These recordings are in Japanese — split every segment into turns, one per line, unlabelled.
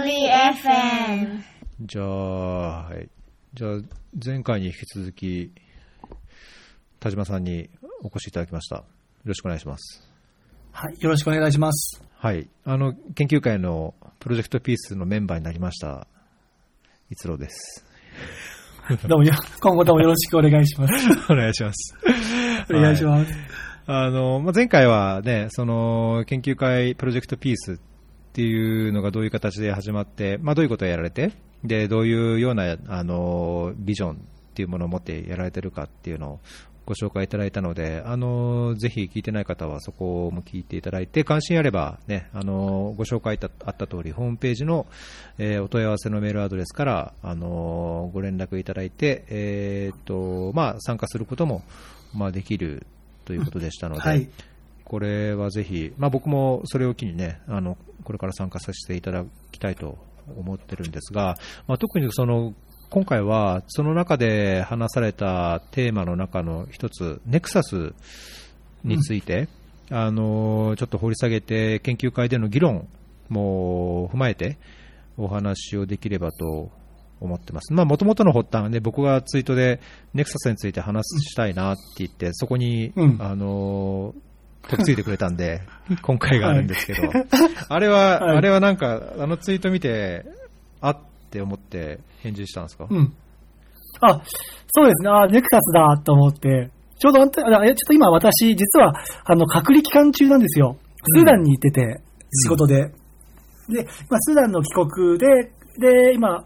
リ FM。
じゃあ前回に引き続き田島さんにお越しいただきました。よろしくお願いします。
はい、よろしくお願いします。
はい、研究会のプロジェクトピースのメンバーになりました逸郎です。
どうも今後ともよろしくお願いします。
お願いします。
お願いします。
前回はね、その研究会プロジェクトピースっていうのがどういう形で始まって、どういうことをやられて、でどういうようなビジョンっていうものを持ってやられてるかっていうのをご紹介いただいたので、ぜひ聞いてない方はそこも聞いていただいて、関心あればね、ご紹介あった通りホームページの、お問い合わせのメールアドレスから、ご連絡いただいて、参加することも、できるということでしたので、はい、これはぜひ、僕もそれを機にね、これから参加させていただきたいと思ってるんですが、特に今回はその中で話されたテーマの中の一つ、ネクサスについて、ちょっと掘り下げて研究会での議論も踏まえてお話をできればと思ってます。もともとの発端はね、僕がツイートでネクサスについて話したいなって言って、そこに、とっついてくれたんで今回があるんですけど、はい、あれはなんかツイート見てって思って返事したんですか？
そうですね。ネクサスだと思って、ちょっと今私実は隔離期間中なんですよ。スーダンに行ってて、仕事で、で、スーダンの帰国で今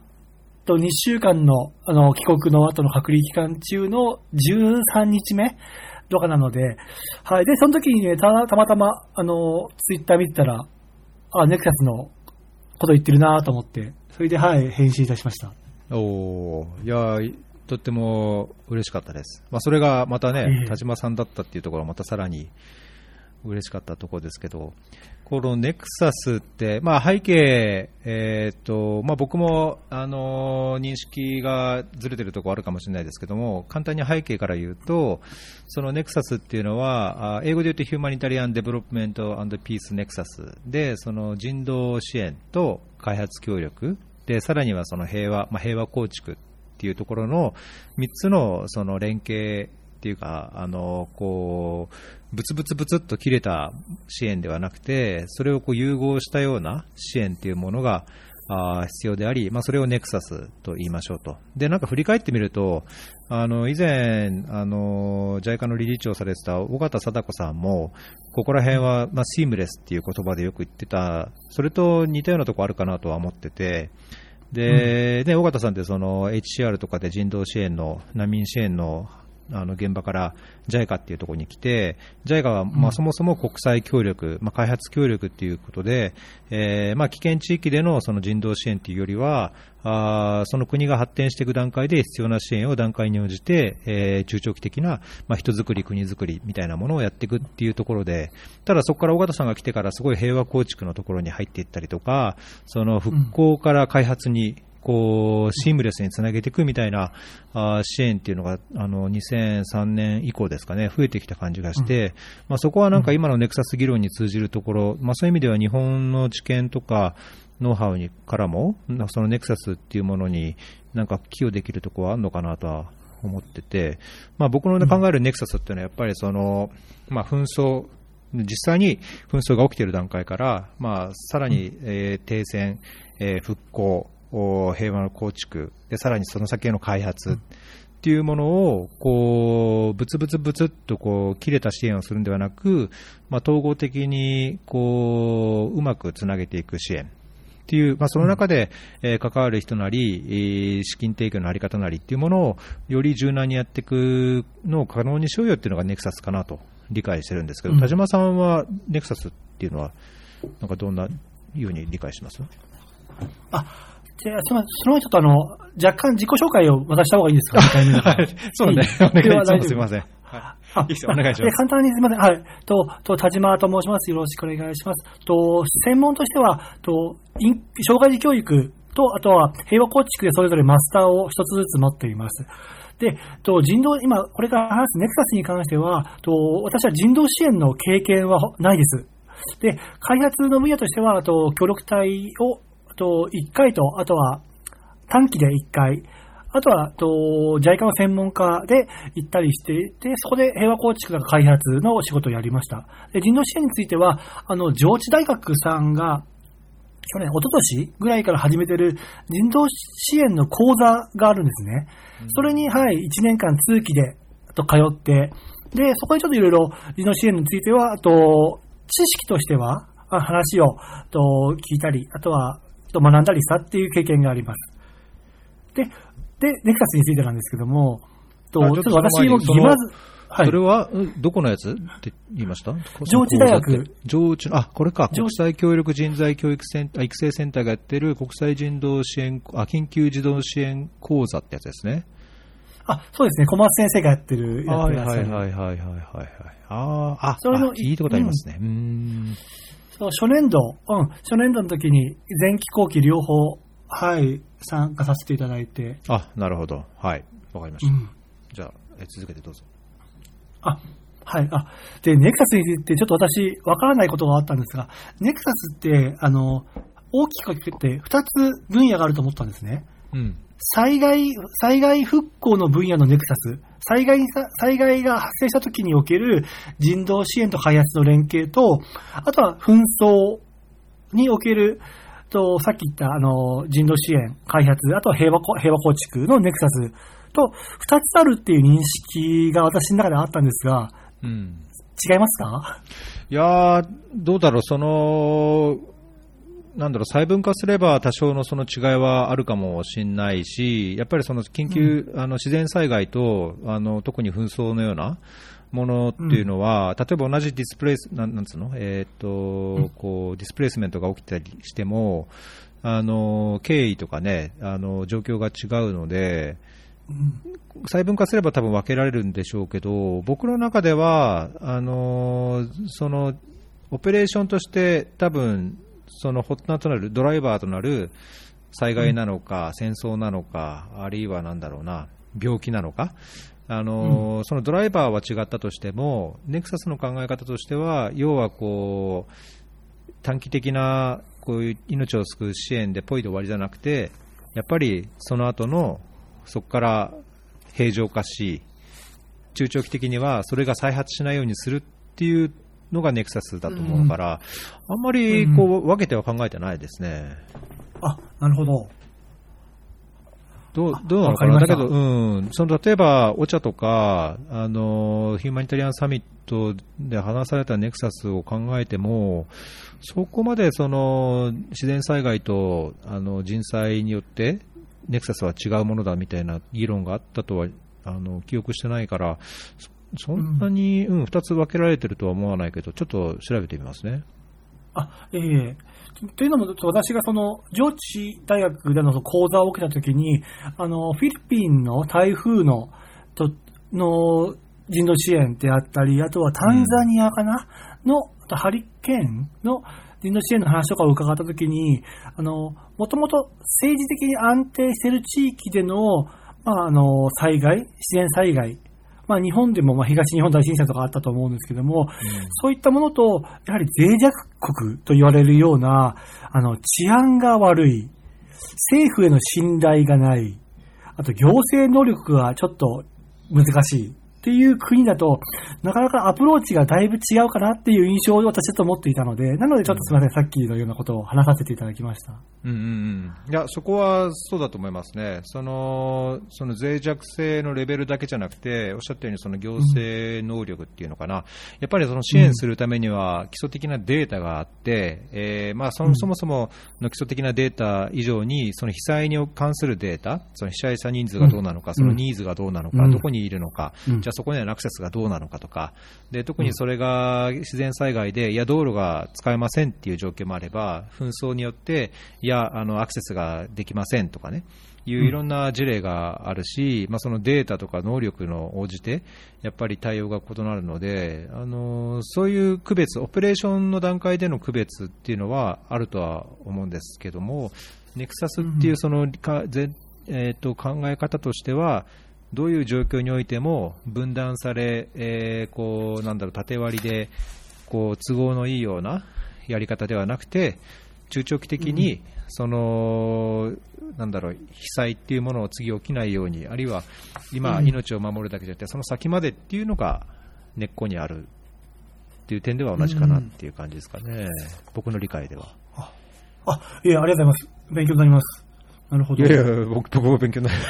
2週間の帰国の後の隔離期間中の13日目とかなので、はい。でその時にね、たまたまツイッター見てたら、ネクサスのこと言ってるなと思って、それで返信いたしました。いや
とっても嬉しかったです。それがまたね、田島さんだったっていうところはまたさらに嬉しかったところですけど、このネクサスって、背景、僕も認識がずれてるところあるかもしれないですけども、簡単に背景から言うと、そのネクサスっていうのは英語で言うとヒューマニタリアンデベロップメント&ピースネクサスで、その人道支援と開発協力で、さらにはその平和構築っていうところの3つのその連携っていうか、ブツブツっと切れた支援ではなくて、それを融合したような支援っていうものが必要であり、それをネクサスと言いましょうと。で、なんか振り返ってみると、以前JICA の理事長されてた尾形貞子さんも、ここら辺はシームレスっていう言葉でよく言ってた、それと似たようなところあるかなとは思ってて、で、尾形さんってその HCR とかで人道支援の難民支援の現場から JICA っていうところに来て、JICA はそもそも国際協力、開発協力っていうことで、危険地域でのその人道支援っていうよりは、その国が発展していく段階で必要な支援を段階に応じて、中長期的な、人づくり、国づくりみたいなものをやっていくっていうところで、ただそこから尾形さんが来てからすごい平和構築のところに入っていったりとか、その復興から開発にシームレスにつなげていくみたいな支援っていうのが2003年以降ですかね、増えてきた感じがして、そこはなんか今のネクサス議論に通じるところ、そういう意味では日本の知見とかノウハウからもそのネクサスっていうものになんか寄与できるところはあるのかなとは思ってて、僕の考えるネクサスっていうのはやっぱりその、紛争、実際に紛争が起きている段階から、さらに、停戦、復興、平和の構築で、さらにその先への開発っていうものをブツっと切れた支援をするんではなく、統合的にうまくつなげていく支援っていう、その中で、関わる人なり、資金提供のあり方なりっていうものをより柔軟にやっていくのを可能にしようよっていうのがネクサスかなと理解してるんですけど、田島さんはネクサスっていうのはなんかどんなように理解します？
その前ちょっと若干自己紹介を渡した方がいいですか？
そうね。お願いします。すみません。いいですよ。お願いします。
簡単にすみません。はい。田島と申します。よろしくお願いします。専門としては、障害児教育と、あとは平和構築でそれぞれマスターを一つずつ持っています。で、今、これから話すネクサスに関しては、私は人道支援の経験はないです。で、開発の分野としては、協力隊を 1回と、あとは短期で1回、あとはJICA の専門家で行ったりしていて、そこで平和構築が開発の仕事をやりました。で、人道支援については、上智大学さんが去年、一昨年ぐらいから始めてる人道支援の講座があるんですね。それに、1年間通期で通って、で、そこでちょっといろいろ人道支援については、知識としては話を聞いたり、あとは学んだりしたっていう経験があります。で、ネクサスについてなんですけども、ちょっと私も
それはどこのやつって言いました？
上智大学。
これか。国際協力人材教育育成センターがやってる国際人道支援、緊急児童支援講座ってやつですね。
そうですね。小松先生がやってるやつ。
はい。それの聞いたことありますね。
初年度の時に前期後期両方、参加させていただいて。
なるほど。はい。わかりました。じゃあ、続けてどうぞ。
で、ネクサスについてちょっと私、わからないことがあったんですが、ネクサスって、大きく分けて2つ分野があると思ったんですね。災害復興の分野のネクサス、災害が発生した時における人道支援と開発の連携と、あとは紛争における、さっき言った人道支援、開発、あとは平和構築のネクサスと2つあるっていう認識が私の中であったんですが、違いますか？
いやー、どうだろう、細分化すれば多少のその違いはあるかもしれないし、やっぱりその緊急、自然災害と特に紛争のようなものっていうのは、例えば同じディスプレイスメントが起きたりしても、経緯とかね、状況が違うので、細分化すれば多分分けられるんでしょうけど、僕の中ではそのオペレーションとして多分その発端となるドライバーとなる災害なのか、戦争なのか、あるいは病気なのか、そのドライバーは違ったとしても、ネクサスの考え方としては、要は短期的なこういう命を救う支援でポイで終わりじゃなくて、やっぱりその後のそこから平常化し、中長期的にはそれが再発しないようにするっていうのがネクサスだと思うから、あんまり分けては考えてないですね。
なるほど。
どうなのかな。だけど、例えばオチャとかヒューマニタリアンサミットで話されたネクサスを考えても、そこまでその自然災害と人災によってネクサスは違うものだみたいな議論があったとは記憶してないから、そんなに、2つ分けられてるとは思わないけど、ちょっと調べてみますね。
というのも、私が上智大学での講座を受けたときに、フィリピンの台風の人道支援であったり、あとはタンザニアのハリケーンの人道支援の話とかを伺ったときに、もともと政治的に安定している地域での、自然災害、日本でも東日本大震災とかあったと思うんですけども、そういったものと、やはり脆弱国と言われるような、治安が悪い、政府への信頼がない、あと行政能力がちょっと難しいっていう国だと、なかなかアプローチがだいぶ違うかなっていう印象を私ちょっと持っていたので、なのでちょっとすみません、さっきのようなことを話させていただきました。
いや、そこはそうだと思いますね。その脆弱性のレベルだけじゃなくて、おっしゃったようにその行政能力っていうのかな、やっぱりその支援するためには基礎的なデータがあって、そもそもの基礎的なデータ以上に、その被災に関するデータ、その被災者人数がどうなのか、そのニーズがどうなのか、どこにいるのか、じゃあそこにはアクセスがどうなのかとか、で特にそれが自然災害で、いや道路が使えませんっていう状況もあれば、紛争によってアクセスができませんとかね、いういろんな事例があるし、そのデータとか能力の応じてやっぱり対応が異なるので、そういう区別、オペレーションの段階での区別っていうのはあるとは思うんですけども、ネクサスっていうその考え方としては、どういう状況においても分断され、縦割りで都合のいいようなやり方ではなくて、 中長期的に、なんだろう、被災っていうものを次起きないように、あるいは今、命を守るだけじゃなくて、その先までっていうのが根っこにあるっていう点では同じかなっていう感じですかね、僕の理解では。
いや、ありがとうございます。勉強になります。なるほど。
いやいや、僕も勉強になる。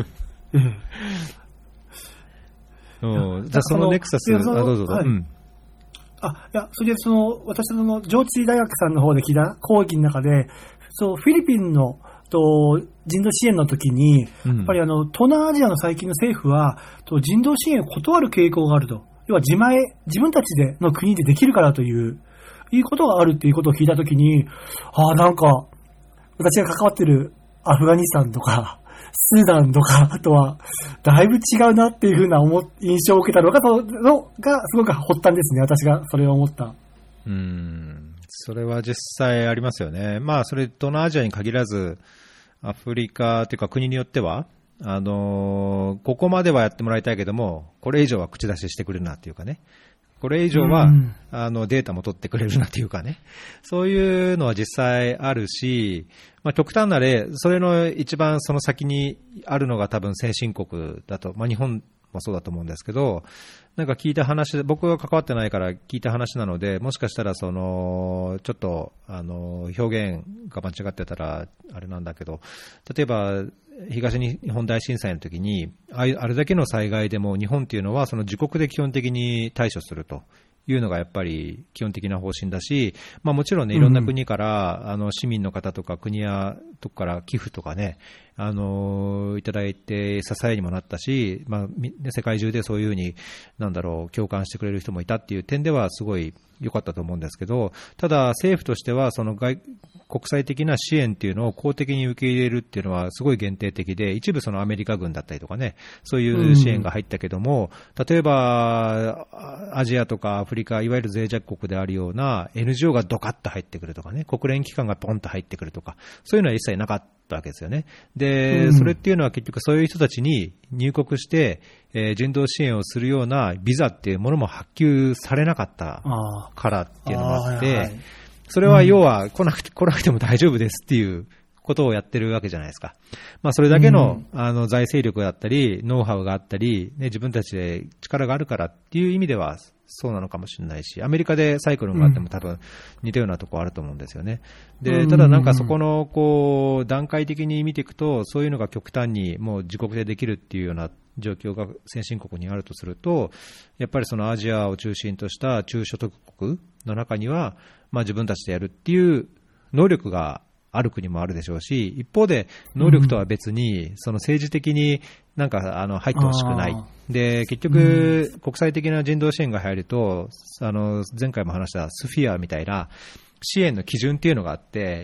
じゃあそのネクサス、どうぞどうぞ。い
や、それで私の上智大学さんの方で聞いた講義の中で、フィリピンの人道支援の時に、やっぱり東南アジアの最近の政府は、人道支援を断る傾向があると。要は自分たちの国でできるからということがあるっていうことを聞いたときに、なんか、私が関わってるアフガニスタンとか、スーダンとか、あとは、だいぶ違うなっていうふうな印象を受けたのがすごく発端ですね、私がそれを思った。
それは実際ありますよね。それ、東南アジアに限らず、アフリカというか国によっては、ここまではやってもらいたいけども、これ以上は口出ししてくれるなっていうかね。これ以上は、データも取ってくれるなっていうかね。そういうのは実際あるし、極端な例、それの一番その先にあるのが多分先進国だと、日本もそうだと思うんですけど、なんか聞いた話で、僕が関わってないから聞いた話なので、もしかしたらちょっと表現が間違ってたらあれなんだけど、例えば東日本大震災の時にあれだけの災害でも日本っていうのはその自国で基本的に対処するというのがやっぱり基本的な方針だし、もちろんね、いろんな国から市民の方とか国やとこから寄付とかね、いただいて支えにもなったし、世界中でそういうふうに共感してくれる人もいたっていう点ではすごい良かったと思うんですけど、ただ政府としてはその国際的な支援っていうのを公的に受け入れるっていうのはすごい限定的で、一部そのアメリカ軍だったりとかね、そういう支援が入ったけども、例えばアジアとかアフリカ、いわゆる脆弱国であるような NGO がドカッと入ってくるとかね、国連機関がポンと入ってくるとか、そういうのは一切なかったわけですよね。で、それっていうのは結局そういう人たちに入国して、人道支援をするようなビザっていうものも発給されなかったからっていうのがあって、それは要は来なくても大丈夫ですっていうことをやってるわけじゃないですか。それだけの、財政力だったり、ノウハウがあったり、自分たちで力があるからっていう意味ではそうなのかもしれないし、アメリカでサイクロンがあっても多分似たようなところあると思うんですよね。で、ただなんかそこの段階的に見ていくと、そういうのが極端にもう自国でできるっていうような状況が先進国にあるとすると、やっぱりそのアジアを中心とした中所得国の中には、自分たちでやるっていう能力がある国もあるでしょうし、一方で能力とは別にその政治的になんか入ってほしくない。で、結局国際的な人道支援が入ると、前回も話したスフィアみたいな支援の基準っていうのがあって、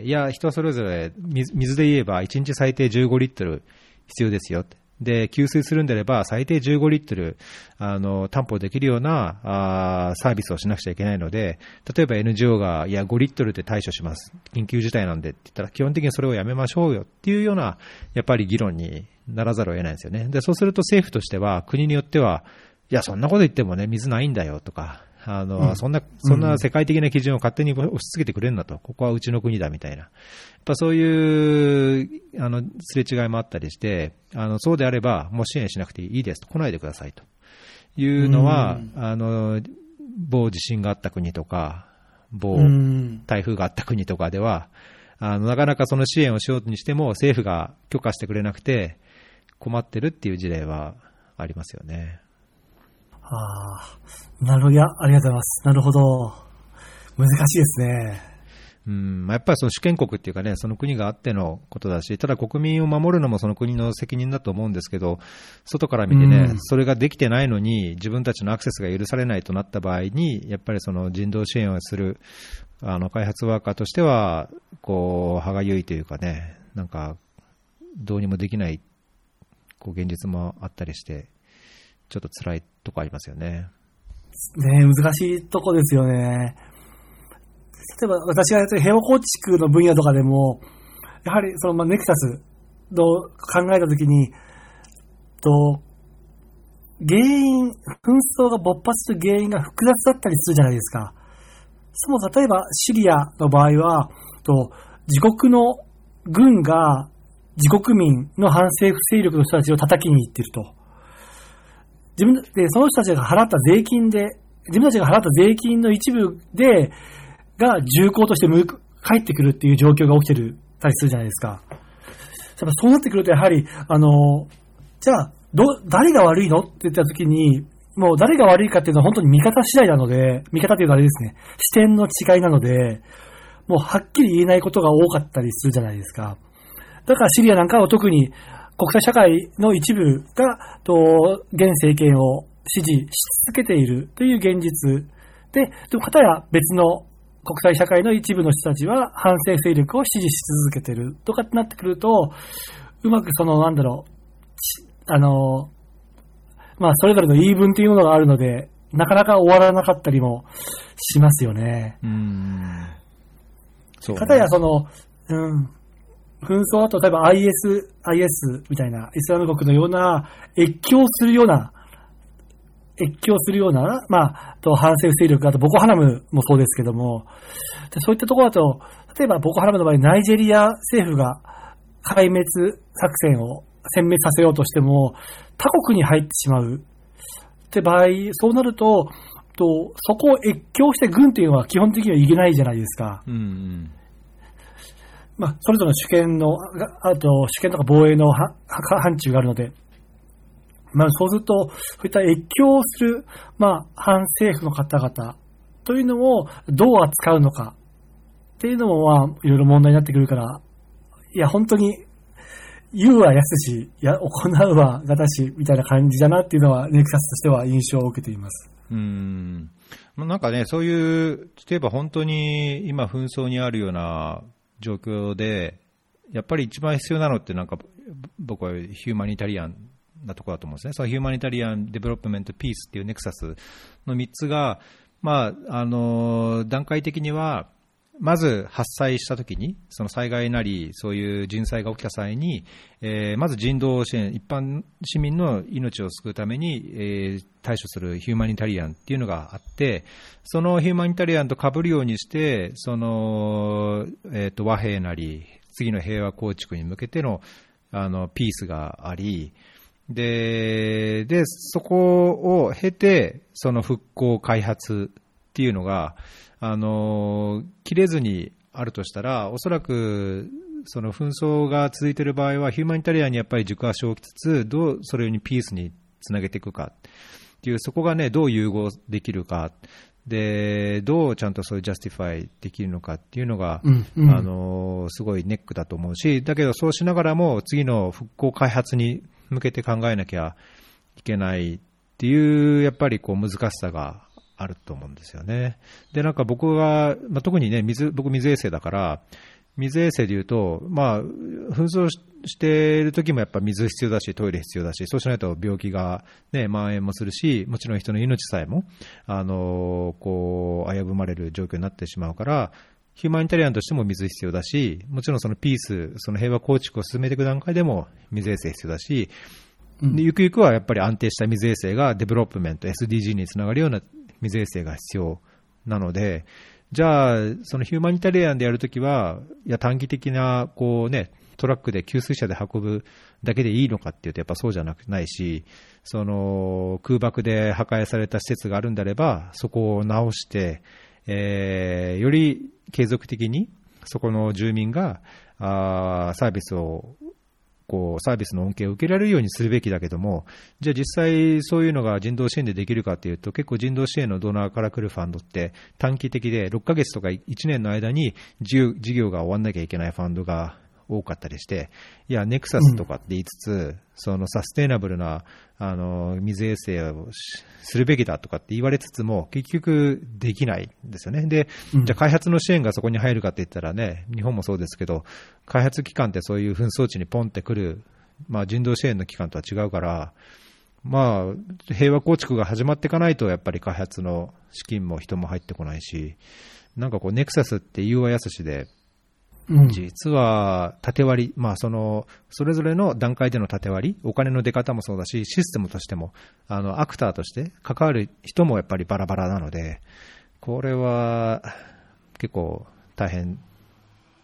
いや、人それぞれ水で言えば1日最低15リットル必要ですよって。で、給水するんであれば最低15リットル担保できるようなサービスをしなくちゃいけないので、例えば NGO がいや5リットルで対処します、緊急事態なんでって言ったら基本的にそれをやめましょうよっていうようなやっぱり議論にならざるを得ないんですよね。で、そうすると政府としては国によってはいやそんなこと言ってもね水ないんだよとか、そんな世界的な基準を勝手に押し付けてくれるんだと、ここはうちの国だみたいな、やっぱそういうすれ違いもあったりして、そうであればもう支援しなくていいですと、来ないでくださいというのは、某地震があった国とか某台風があった国とかではなかなかその支援をしようにしても政府が許可してくれなくて困ってるっていう事例はありますよね。
なるほど。いや、ありがとうございます。なるほど。難しいですね。
やっぱりその主権国っていうかね、その国があってのことだし、ただ国民を守るのもその国の責任だと思うんですけど、外から見てね、それができてないのに自分たちのアクセスが許されないとなった場合に、やっぱりその人道支援をする開発ワーカーとしては歯がゆいというかね、なんかどうにもできない現実もあったりして、ちょっと辛いとこありますよね。
難しいとこですよね。例えば私がやってる平和構築の分野とかでも、やはりそのネクサスを考えたときに、紛争が勃発する原因が複雑だったりするじゃないですか。例えばシリアの場合は、 自国の軍が自国民の反政府勢力の人たちを叩きに行っていると。自分で、その人たちが払った税金で、自分たちが払った税金の一部で、が重工として返ってくるっていう状況が起きてるたりするじゃないですか。そうなってくると、やはり、じゃあ、誰が悪いのって言ったときに、もう誰が悪いかっていうのは本当に見方次第なので、見方というのはあれですね、視点の違いなので、もうはっきり言えないことが多かったりするじゃないですか。だからシリアなんかは特に国際社会の一部が、現政権を支持し続けているという現実で、でも片や別の国際社会の一部の人たちは反政府勢力を支持し続けているとかってなってくると、うまくそれぞれの言い分というものがあるので、なかなか終わらなかったりもしますよね。
そうね。
片や紛争だと、例えば IS みたいな、イスラム国のような、越境するような、反政府勢力だと、ボコハラムもそうですけども、そういったところだと、例えばボコハラムの場合、ナイジェリア政府が壊滅作戦を殲滅させようとしても、他国に入ってしまうって場合、そうなると、そこを越境して軍っていうのは基本的にはいけないじゃないですか。それぞれの主権とか防衛の範疇があるので、そうすると、そういった越境する、反政府の方々というのをどう扱うのかっていうのも、いろいろ問題になってくるから、いや、本当に、言うは安し、行うはがたし、みたいな感じだなっていうのは、ネクサスとしては印象を受けています。
なんかね、そういう、例えば本当に今紛争にあるような状況で、やっぱり一番必要なのってなんか、僕はヒューマニタリアンなところだと思うんですね。そのヒューマニタリアン、デベロップメント、ピースっていうネクサスの3つが、段階的には、まず発災したときに、その災害なり、そういう人災が起きた際に、まず人道支援、一般市民の命を救うために、対処するヒューマニタリアンっていうのがあって、そのヒューマニタリアンと被るようにして、和平なり、次の平和構築に向けての、ピースがあり、で、そこを経て、その復興開発っていうのが、切れずにあるとしたら、おそらくその紛争が続いている場合は、ヒューマニタリアンにやっぱり軸足を置きつつ、どうそれにピースにつなげていくかっていう、そこがね、どう融合できるか、で、どうちゃんとそういうジャスティファイできるのかっていうのが、すごいネックだと思うし、だけどそうしながらも、次の復興開発に向けて考えなきゃいけないっていう、やっぱりこう難しさがあると思うんですよね。で、なんか僕は、特にね、僕水衛生だから、水衛生でいうと、紛争している時もやっぱ水必要だし、トイレ必要だし、そうしないと病気がね、蔓延もするし、もちろん人の命さえも、危ぶまれる状況になってしまうから、ヒューマニタリアンとしても水必要だし、もちろんそのピース、その平和構築を進めていく段階でも水衛生必要だし、でゆくゆくはやっぱり安定した水衛生がデベロップメント、SDG につながるような水衛生が必要なので、じゃあ、そのヒューマニタリアンでやるときは、いや短期的なトラックで給水車で運ぶだけでいいのかっていうと、やっぱそうじゃないし、その空爆で破壊された施設があるんであれば、そこを直して、より継続的にそこの住民がサービスの恩恵を受けられるようにするべきだけども、じゃあ実際そういうのが人道支援でできるかというと、結構人道支援のドナーから来るファンドって短期的で6ヶ月とか1年の間に事業が終わんなきゃいけないファンドが多かったりして、いや、ネクサスとかって言いつつ、そのサステイナブルな水衛生をするべきだとかって言われつつも、結局できないんですよね。で、じゃあ開発の支援がそこに入るかって言ったらね、日本もそうですけど、開発機関ってそういう紛争地にポンってくる、人道支援の機関とは違うから、平和構築が始まっていかないと、やっぱり開発の資金も人も入ってこないし、なんかネクサスって言うはやすしで、実は縦割り、それぞれの段階での縦割り、お金の出方もそうだし、システムとしても、アクターとして関わる人もやっぱりバラバラなので、これは結構大変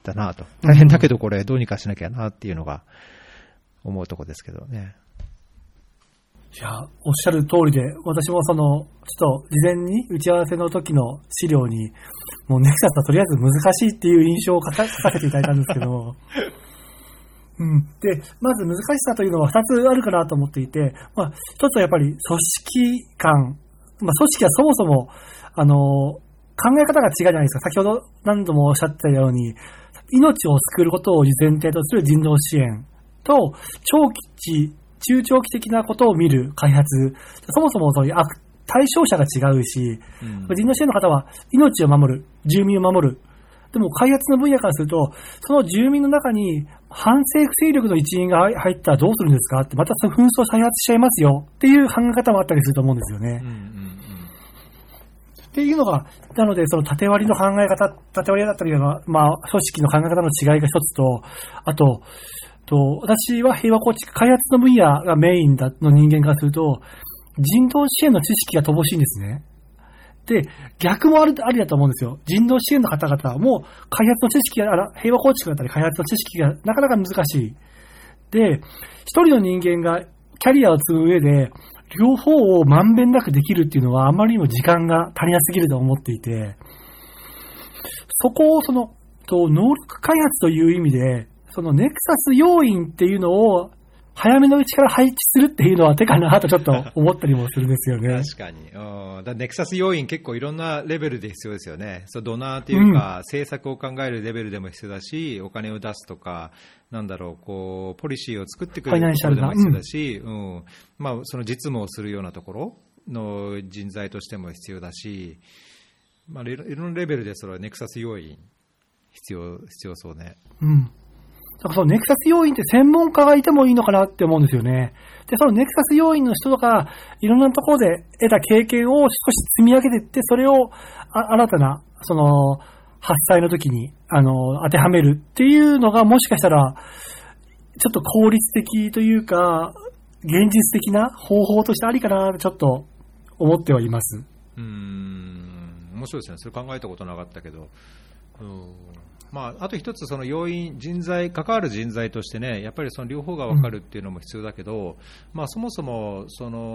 だなと。大変だけどこれどうにかしなきゃなっていうのが思うとこですけどね。
いや、おっしゃる通りで、私もちょっと事前に打ち合わせの時の資料に、もうネクサスはとりあえず難しいっていう印象を書かせていただいたんですけど、で、まず難しさというのは2つあるかなと思っていて、1つはやっぱり組織感、組織はそもそも、考え方が違うじゃないですか。先ほど何度もおっしゃってたように、命を救うことを前提とする人道支援と、中長期的なことを見る開発、そもそもそういう対象者が違うし、人道支援の方は命を守る、住民を守る。でも開発の分野からすると、その住民の中に反政府勢力の一員が入ったらどうするんですかって、またその紛争再発しちゃいますよっていう考え方もあったりすると思うんですよね。っていうのが、なのでその縦割りの考え方、縦割りだったり組織の考え方の違いが一つと、あと、私は平和構築、開発の分野がメインの人間からすると、人道支援の知識が乏しいんですね。で、逆もありだと思うんですよ。人道支援の方々も開発の知識が、平和構築だったり開発の知識がなかなか難しい。で、一人の人間がキャリアを積む上で、両方をまんべんなくできるっていうのはあまりにも時間が足りなすぎると思っていて、そこを能力開発という意味で、そのネクサス要員っていうのを早めのうちから配置するっていうのは手かなとちょっと思ったりもするんですよね。
確かに。ネクサス要員結構いろんなレベルで必要ですよね。ドナーというか、政策を考えるレベルでも必要だし、お金を出すとか、ポリシーを作ってくれるところでも必要だし、その実務をするようなところの人材としても必要だし、いろんなレベルでそれはネクサス要員必要そうね。
そのネクサス要員って専門家がいてもいいのかなって思うんですよね。で、そのネクサス要員の人とか、いろんなところで得た経験を少し積み上げていって、それを新たな、発災の時に、当てはめるっていうのが、もしかしたら、ちょっと効率的というか、現実的な方法としてありかなとちょっと思ってはいます。
面白いですね。それ考えたことなかったけど。あと一つ、その要因、関わる人材としてね、やっぱりその両方が分かるっていうのも必要だけど、そもそも、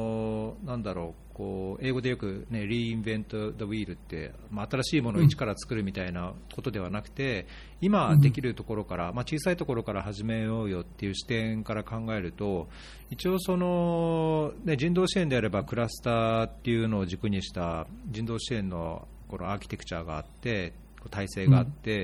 英語でよくね、reinvent the wheel って、新しいものを一から作るみたいなことではなくて、今できるところから、小さいところから始めようよっていう視点から考えると、一応人道支援であればクラスターっていうのを軸にした人道支援のこのアーキテクチャがあって、体制があって、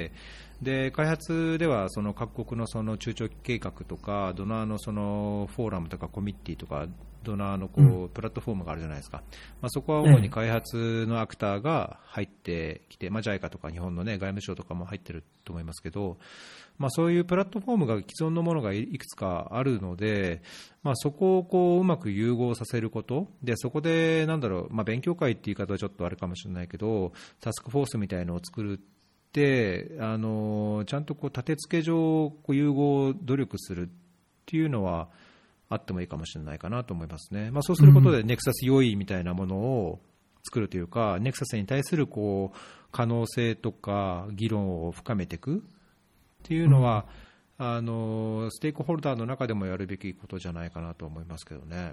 で開発ではその各国のその中長期計画とかドナーのそのフォーラムとかコミッティとかドナーのプラットフォームがあるじゃないですか。そこは主に開発のアクターが入ってきて、JICA とか日本の、外務省とかも入ってると思いますけど、そういうプラットフォームが既存のものがいくつかあるので、そこをうまく融合させることで、そこで勉強会っていう言い方はちょっとあれかもしれないけど、タスクフォースみたいのを作るでちゃんと立て付け上融合を努力するっていうのはあってもいいかもしれないかなと思いますね。そうすることでネクサス要因みたいなものを作るというか、ネクサスに対する可能性とか議論を深めていくっていうのは、ステークホルダーの中でもやるべきことじゃないかなと思いますけどね。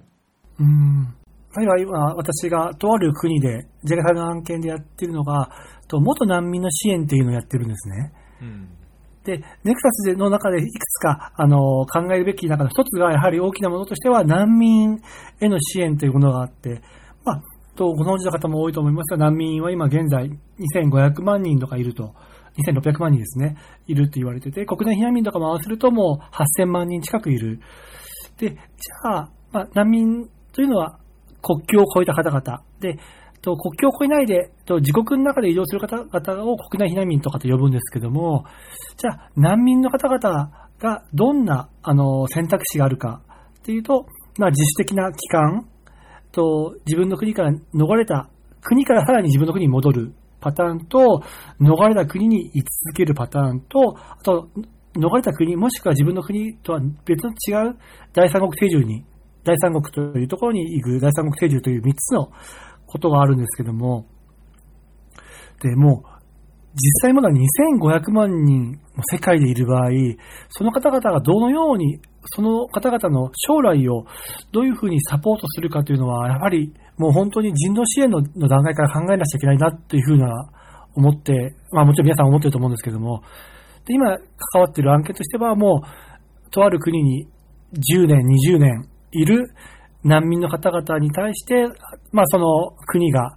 今、私がとある国で、JICAの案件でやっているのが、元難民の支援っていうのをやってるんですね。で、ネクサスの中でいくつか、考えるべき中の一つが、やはり大きなものとしては、難民への支援というものがあって、ご存知の方も多いと思いますが、難民は今現在2500万人とかいると、2600万人ですね、いると言われてて、国内避難民とかも合わせるともう8000万人近くいる。で、じゃあ、難民というのは、国境を越えた方々で、国境を越えないで自国の中で移動する方々を国内避難民とかと呼ぶんですけども、じゃあ難民の方々がどんな選択肢があるかっていうと、自主的な帰還と自分の国から逃れた国からさらに自分の国に戻るパターンと、逃れた国に居続けるパターンと、あと逃れた国もしくは自分の国とは別の違う第三国定住に、第三国というところに行く第三国定住という3つのことがあるんですけども、でも際まだ2500万人も世界でいる場合、その方々がどのように、その方々の将来をどういうふうにサポートするかというのは、やはりもう本当に人道支援の段階から考えなきゃいけないなというふうな思って、もちろん皆さん思っていると思うんですけども、で今関わっている案件としては、もうとある国に10年、20年いる難民の方々に対して、その国が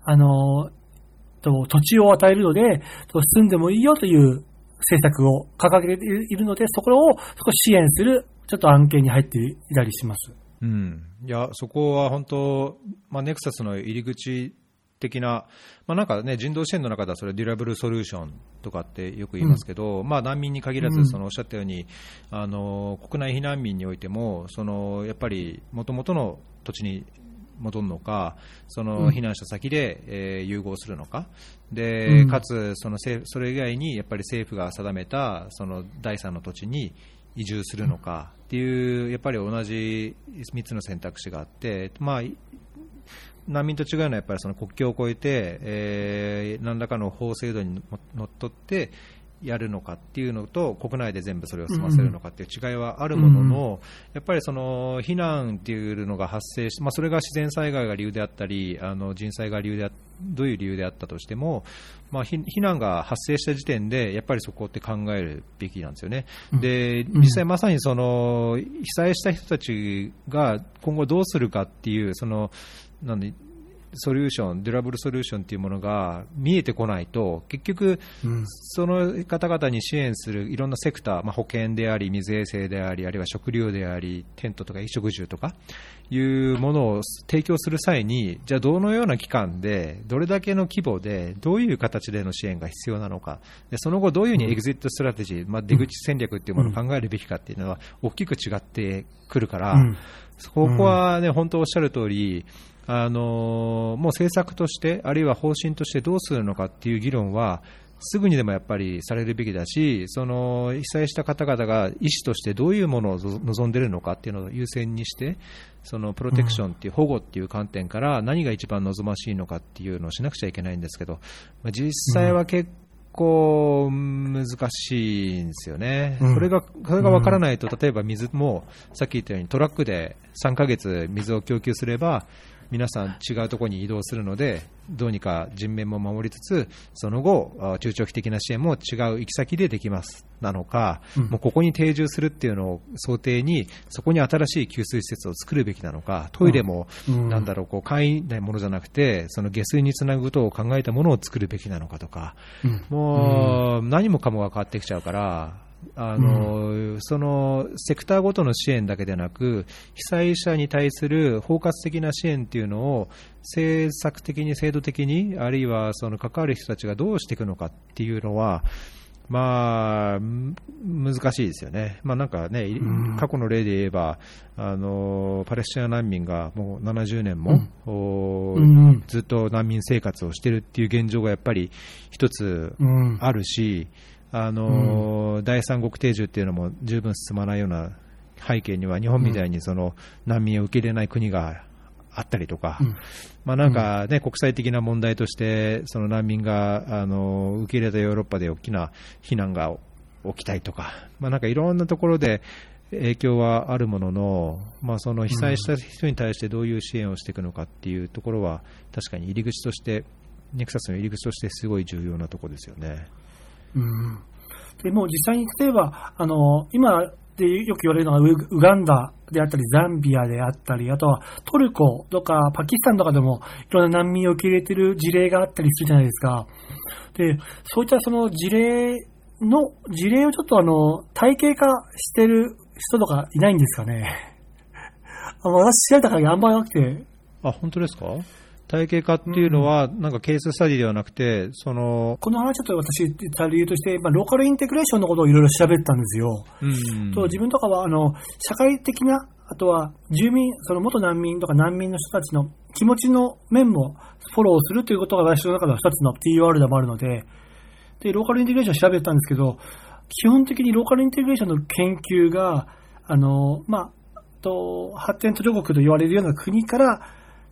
土地を与えるので、住んでもいいよという政策を掲げているので、そこを支援するちょっと案件に入っていたりします。
いや、そこは本当、ネクサスの入り口的な、なんかね、人道支援の中ではそれデュラブルソリューションとかってよく言いますけど、難民に限らず、おっしゃったように、国内避難民においても、やっぱり元々の土地に戻るのか、その避難した先で、融合するのか、でかつそれ以外にやっぱり政府が定めたその第三の土地に移住するのかっていう、やっぱり同じ3つの選択肢があって、難民と違うのはやっぱりその国境を越えて、何らかの法制度にのっとってやるのかっていうのと、国内で全部それを済ませるのかっていう違いはあるものの、やっぱりその避難っていうのが発生して、それが自然災害が理由であったり、人災が理由でどういう理由であったとしても、避難が発生した時点でやっぱりそこって考えるべきなんですよね。で、実際まさにその被災した人たちが今後どうするかっていう、ソリューション、デュラブルソリューションというものが見えてこないと、結局、その方々に支援するいろんなセクター、保健であり、水衛生であり、あるいは食料であり、テントとか衣食住とかいうものを提供する際に、じゃあどのような期間で、どれだけの規模で、どういう形での支援が必要なのか、でその後どういうふうにエグジットストラテジー、出口戦略というものを考えるべきかっていうのは大きく違ってくるから、ここはね、本当おっしゃる通り、もう政策として、あるいは方針としてどうするのかっていう議論はすぐにでもやっぱりされるべきだし、その被災した方々が医師としてどういうものを望んでいるのかっていうのを優先にして、そのプロテクションっていう保護っていう観点から何が一番望ましいのかっていうのをしなくちゃいけないんですけど、実際は結構難しいんですよね。それが分からないと、例えば水もさっき言ったようにトラックで3ヶ月水を供給すれば皆さん違うところに移動するので、どうにか人命も守りつつ、その後中長期的な支援も違う行き先でできますなのか、もうここに定住するっていうのを想定に、そこに新しい給水施設を作るべきなのか、トイレも簡易なものじゃなくて、その下水につなぐことを考えたものを作るべきなのかとか、もう何もかもが変わってきちゃうから、そのセクターごとの支援だけでなく、被災者に対する包括的な支援というのを政策的に制度的に、あるいはその関わる人たちがどうしていくのかっていうのは難しいですよね。なんかね、過去の例で言えばパレスチナ難民がもう70年も、ずっと難民生活をしているっていう現状がやっぱり一つあるし、第三国定住っていうのも十分進まないような背景には、日本みたいにその難民を受け入れない国があったりとか、なんかね、国際的な問題としてその難民が受け入れたヨーロッパで大きな避難が起きたりとか、なんかいろんなところで影響はあるものの、その被災した人に対してどういう支援をしていくのかっていうところは、確かに入り口として、ネクサスの入り口としてすごい重要なところですよね。
でもう実際に例えば今でよく言われるのはウガンダであったりザンビアであったり、あとはトルコとかパキスタンとかでもいろんな難民を受け入れている事例があったりするじゃないですか。でそういったその事例をちょっと体系化している人とかいないんですかね。私調べた限りあんまりなくて。
本当ですか。体系化っていうのは、なんかケーススタディではなくて、この
話ちょっと私言った理由として、ローカルインテグレーションのことをいろいろ調べたんですよ。と自分とかは社会的な、あとは住民、その元難民とか難民の人たちの気持ちの面もフォローするということが私の中では一つの TUR でもあるので、ローカルインテグレーションを調べたんですけど、基本的にローカルインテグレーションの研究が発展途上国と言われるような国から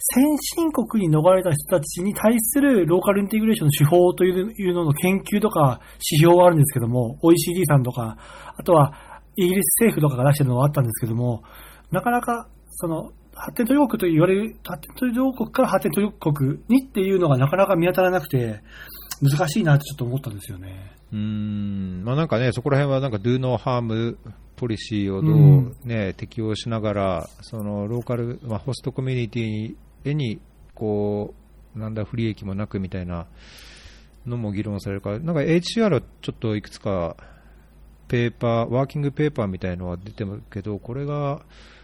先進国に逃れた人たちに対するローカルインテグレーションの手法というのの研究とか指標はあるんですけども、OECD さんとか、あとはイギリス政府とかが出してるのはあったんですけども、なかなかその発展途上国と言われる、発展途上国から発展途上国にっていうのがなかなか見当たらなくて、難しいなってちょっと思ったんですよね。
まあなんかね、そこら辺はなんか Do No Harm ポリシーをどうね、適用しながら、そのローカル、まあ、ホストコミュニティにこうなんだ不利益もなくみたいなのも議論されるから、なんか HCR はちょっといくつかペーパー、ワーキングペーパーみたいのは出てるけど、これが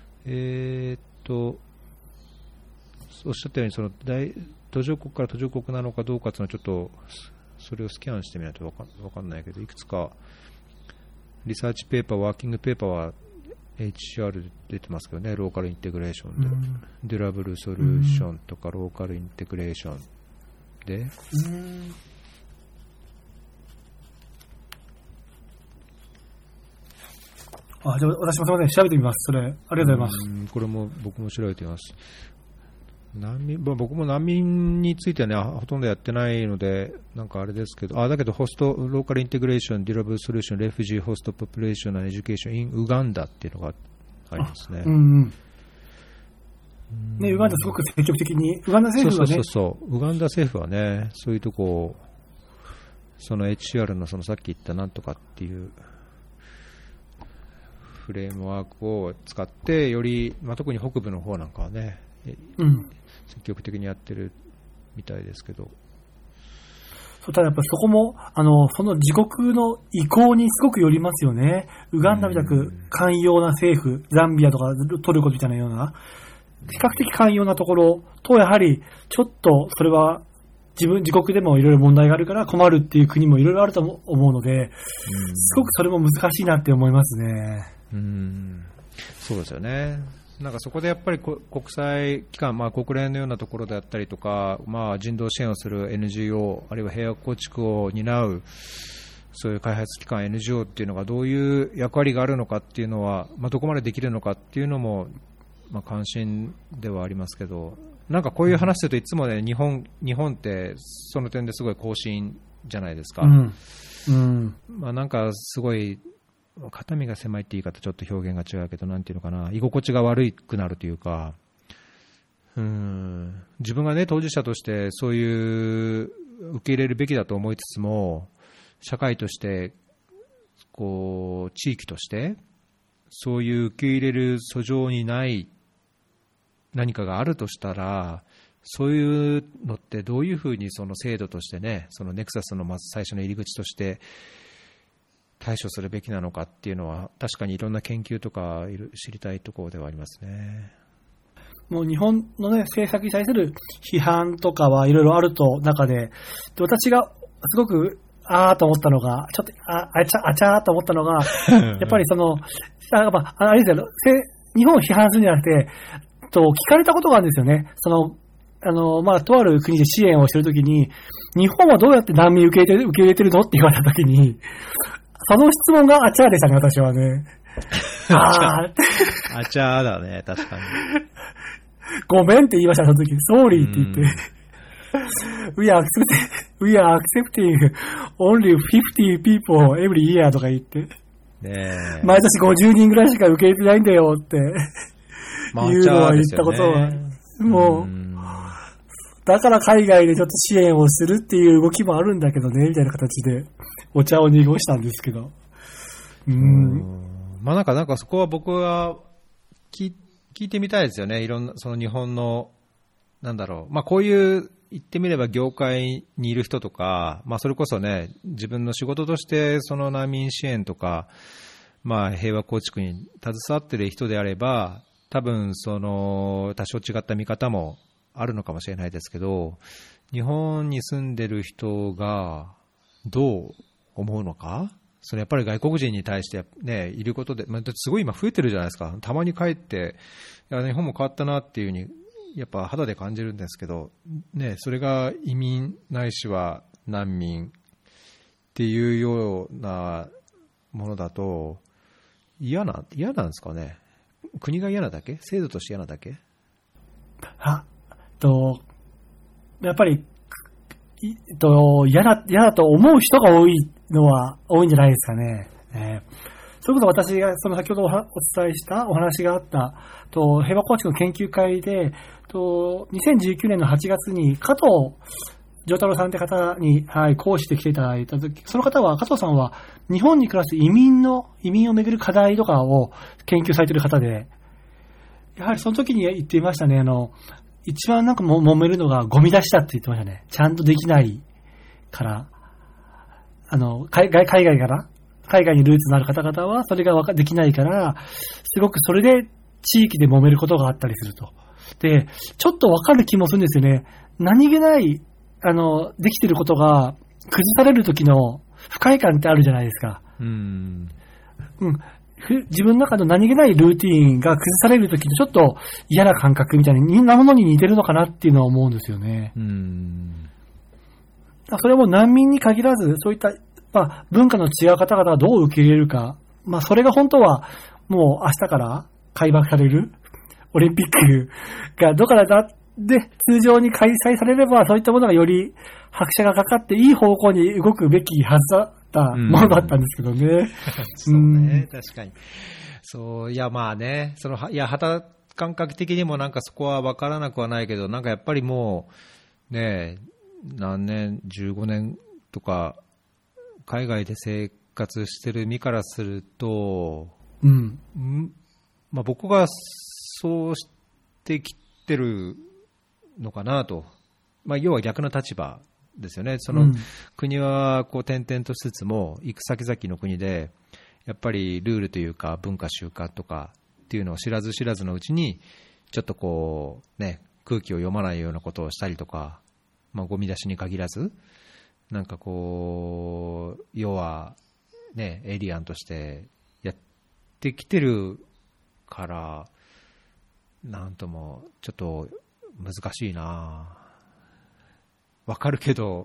おっしゃったようにその途上国から途上国なのかどうかっていうのはちょっとそれをスキャンしてみないと分かんないけど、いくつかリサーチペーパー、ワーキングペーパーは HCR で出てますけどね、ローカルインテグレーションで、デュラブルソリューションとかローカルインテグレーションで、
じゃあ私もすみません、調べてみます。それありがとうございます。
これも僕も調べてみます。僕も難民についてはね、ほとんどやってないので、なんかあれですけど、だけどローカルインテグレーション、デュラブルソリューション、レフュジーホストポピュレーション、エデュケーション、インウガンダっていうのがありますね。
ね、ウガンダすごく積極的に、ウガンダ政府はね、
ウガンダ政府はね、そういうとこ、その HCR のそのさっき言ったなんとかっていうフレームワークを使って、より、特に北部の方なんかはね、積極的にやってるみたいですけど、
ただやっぱりそこもその自国の意向にすごくよりますよね。ウガンダみたく寛容な政府、ザンビアとかトルコみたいなような比較的寛容なところと、やはりちょっとそれは自国でもいろいろ問題があるから困るっていう国もいろいろあると思うので、すごくそれも難しいなって思いますね。
そうですよね。なんかそこでやっぱり国際機関、国連のようなところであったりとか、人道支援をする NGO、あるいは平和構築を担うそういう開発機関 NGO っていうのがどういう役割があるのかっていうのは、どこまでできるのかっていうのも、関心ではありますけど、なんかこういう話するといつもね、日本ってその点ですごい後進じゃないですか。なんかすごい肩身が狭いって言い方ちょっと表現が違うけど、なんていうのかな、居心地が悪くなるというか、自分がね当事者としてそういう受け入れるべきだと思いつつも、社会としてこう地域としてそういう受け入れる素性にない何かがあるとしたら、そういうのってどういうふうにその制度としてね、そのネクサスのまず最初の入り口として対処するべきなのかっていうのは、確かにいろんな研究とか知りたいところではありますね。
もう日本の、ね、政策に対する批判とかはいろいろあると中で、私がすごくと思ったのが、ちょっとあちゃーと思ったのが、やっぱりそのあれですよ、日本を批判するんじゃなくて、聞かれたことがあるんですよね。とある国で支援をしているときに、日本はどうやって難民受け入れてるのって言われたときに、その質問があちゃーでしたね、私はね。
あちゃーだね、確かに。
ごめんって言いました、その時。sorry って言って。We are accepting only 50 people every year とか言って。毎年50人ぐらいしか受け入れてないんだよっていうのは言ったことは、もう、だから海外でちょっと支援をするっていう動きもあるんだけどね、みたいな形でお茶を濁したんですけど。
なんかそこは僕は聞いてみたいですよね。いろんな、その日本の、こういう言ってみれば業界にいる人とか、それこそね、自分の仕事としてその難民支援とか、平和構築に携わっている人であれば、多分その多少違った見方もあるのかもしれないですけど、日本に住んでる人がどう思うのか、それやっぱり外国人に対してね、いることで、すごい今増えてるじゃないですか。たまに帰って、日本も変わったなっていうふうにやっぱ肌で感じるんですけど、ね、それが移民ないしは難民っていうようなものだと嫌なんですかね。国が嫌なだけ？制度として嫌なだけ？
やっぱり、嫌だと思う人が多いんじゃないですかね。それこそ私が先ほどお伝えしたお話があった平和構築の研究会で2019年の8月に加藤丈太郎さんって方に、講師で来ていただいたとき、加藤さんは日本に暮らす移民をめぐる課題とかを研究されている方で、やはりその時に言っていましたね。一番揉めるのがゴミ出しだって言ってましたね。ちゃんとできないから、海外にルーツのある方々はそれができないから、すごくそれで地域で揉めることがあったりすると。で、ちょっとわかる気もするんですよね。何気ない、できてることが崩される時の不快感ってあるじゃないですか。自分の中の何気ないルーティーンが崩される時のちょっと嫌な感覚みたいなものに似てるのかなっていうのは思うんですよね。それも難民に限らず、そういった文化の違う方々がどう受け入れるか、それが本当はもう明日から開幕されるオリンピックがどこからで通常に開催されれば、そういったものがより拍車がかかっていい方向に動くべきはずだったものだったんですけどね。
そうね、確かに。そう、いやね、肌感覚的にもそこは分からなくはないけど、やっぱりもうね、何年、15年とか海外で生活してる身からすると、僕がそうしてきてるのかなと、要は逆の立場ですよね。国は転々としつつも行く先々の国でやっぱりルールというか文化習慣とかっていうのを知らず知らずのうちにちょっと空気を読まないようなことをしたりとか、ゴミ出しに限らず要はねエイリアンとしてやってきてるから、なんともちょっと難しいな。わかるけど、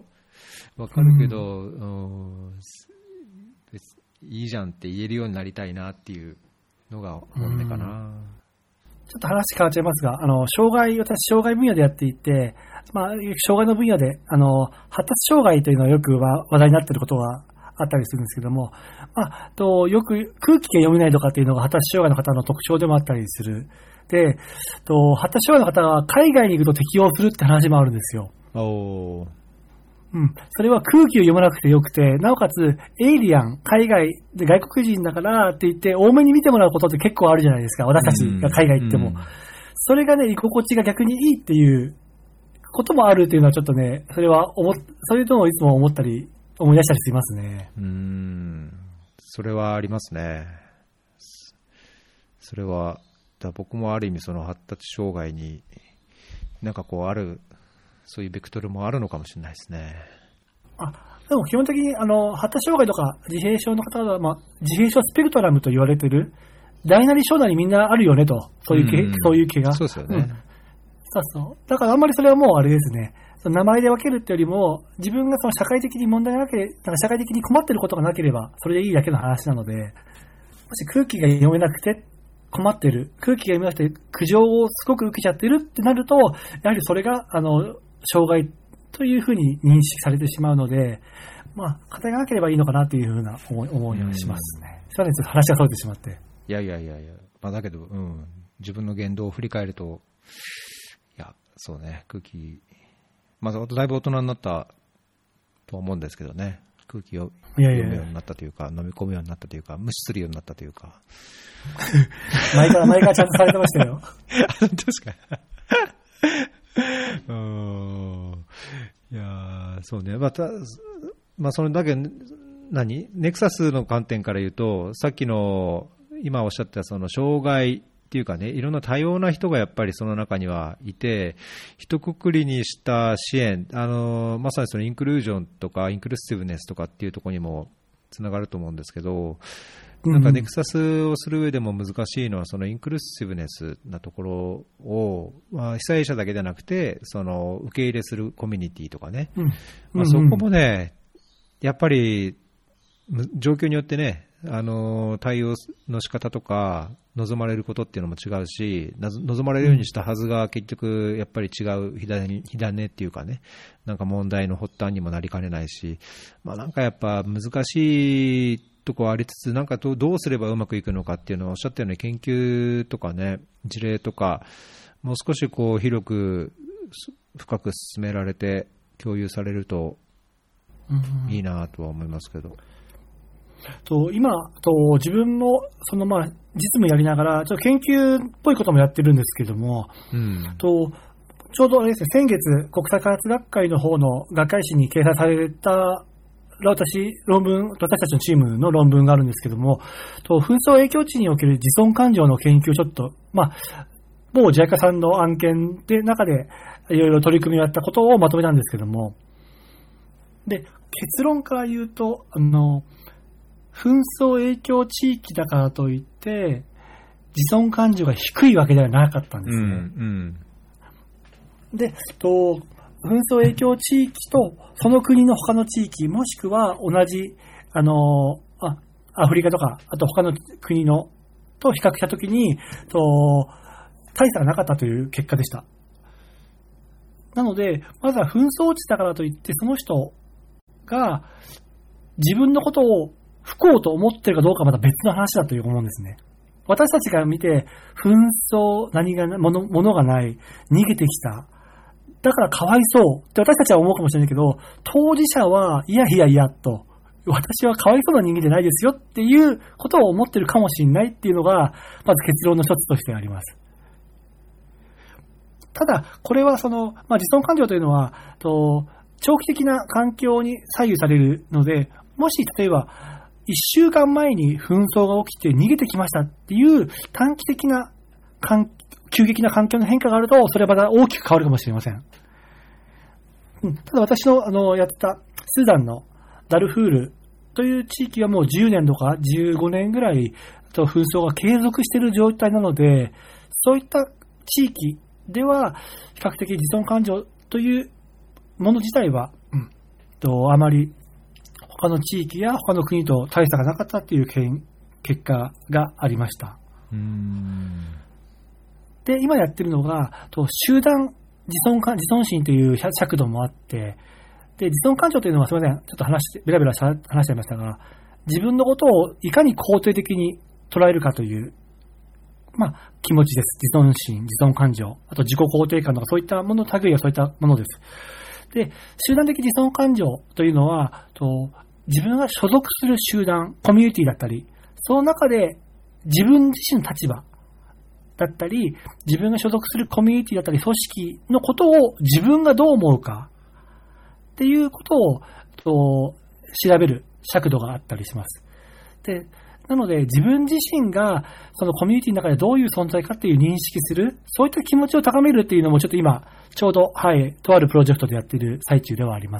いいじゃんって言えるようになりたいなっていうのが本音かな。
ちょっと話変わっちゃいますが、私障害分野でやっていて、障害の分野で発達障害というのはよく話題になっていることがあったりするんですけども、よく空気が読めないとかっていうのが発達障害の方の特徴でもあったりする。で、発達障害の方が海外に行くと適応するって話もあるんですよ。それは空気を読まなくてよくて、なおかつエイリアン、海外で外国人だからって言って多めに見てもらうことって結構あるじゃないですか。私たちが海外行っても。それがね、居心地が逆にいいっていうこともあるっていうのはちょっとね、そういうのをいつも思い出したりしますね。
それはありますね。それは僕もある意味その発達障害にあるそういうベクトルもあるのかもしれないですね。
でも基本的に発達障害とか自閉症の方は、自閉症スペクトラムと言われている大なり小なりみんなあるよねと、そういう気が。
そうですよね。
だからあんまりそれはもうあれですね。名前で分けるってよりも、自分が社会的に問題なければ、社会的に困っていることがなければ、それでいいだけの話なので、もし空気が読めなくて困っている、空気が読めなくて苦情をすごく受けちゃってるってなると、やはりそれが障害というふうに認識されてしまうので、語らなければいいのかなというふうな思いをしますね。すいません、話がそれてしまって。
いや、だけど、自分の言動を振り返ると、そうね、空気、だいぶ大人になったと思うんですけどね、空気を読むようになったというか、飲み込むようになったというか、無視するようになったというか。
前からちゃんとされてましたよ。
本当ですか。いや、そうね。それだけネクサスの観点から言うと、さっきの今おっしゃったその障害っていうかね、いろんな多様な人がやっぱりその中にはいて、一括りにした支援、まさにそのインクルージョンとかインクルーシブネスとかっていうところにもつながると思うんですけど、ネクサスをする上でも難しいのはそのインクルーシブネスなところを、被災者だけじゃなくてその受け入れするコミュニティとかね、そこもねやっぱり状況によってね、対応の仕方とか望まれることっていうのも違うし、望まれるようにしたはずが結局やっぱり違う火種っていうかね、なんか問題の発端にもなりかねないし、なんかやっぱ難しいとこありつつ、なんかどうすればうまくいくのかっていうのをおっしゃったように、研究とかね、事例とかもう少しこう広く深く進められて共有されるといいなとは思いますけど。
今自分も実務やりながらちょっと研究っぽいこともやってるんですけども、ちょうどあれですね、先月国際開発学会の方の学会誌に掲載された私たちのチームの論文があるんですけども、紛争影響地における自尊感情の研究をちょっと某JICAさんの案件で中でいろいろ取り組みをやったことをまとめたんですけども、で結論から言うと、紛争影響地域だからといって自尊感情が低いわけではなかったんですね。で、紛争影響地域とその国の他の地域、もしくは同じアフリカとかあと他の国のと比較したときに大差がなかったという結果でした。なのでまずは紛争地だからといってその人が自分のことを不幸と思っているかどうかはまた別の話だという思うんですね。私たちが見て紛争、物がない、逃げてきた、だからかわいそうって私たちは思うかもしれないけど、当事者はいやと、私はかわいそうな人間じゃないですよっていうことを思っているかもしれないっていうのがまず結論の一つとしてあります。ただこれは自尊感情というのは長期的な環境に左右されるので、もし例えば1週間前に紛争が起きて逃げてきましたっていう短期的な急激な環境の変化があると、それはまた大きく変わるかもしれません。ただ私のやってたスーダンのダルフールという地域はもう10年とか15年ぐらい紛争が継続している状態なので、そういった地域では比較的自尊感情というもの自体は、あまり他の地域や他の国と大差がなかったという結果がありました。で、今やってるのが集団自尊心という尺度もあって、で自尊感情というのはすみません、ちょっとベラベラ話しちゃいましたが、自分のことをいかに肯定的に捉えるかという気持ちです。自尊心、自尊感情、あと自己肯定感とかそういったものの類はそういったものです。で、集団的自尊感情というのは自分が所属する集団、コミュニティだったり、その中で自分自身の立場だったり、自分が所属するコミュニティだったり、組織のことを自分がどう思うかっていうことを調べる尺度があったりします。で、なので自分自身がそのコミュニティの中でどういう存在かっていう認識する、そういった気持ちを高めるっていうのもちょっと今ちょうどとあるプロジェクトでやっている最中ではあります。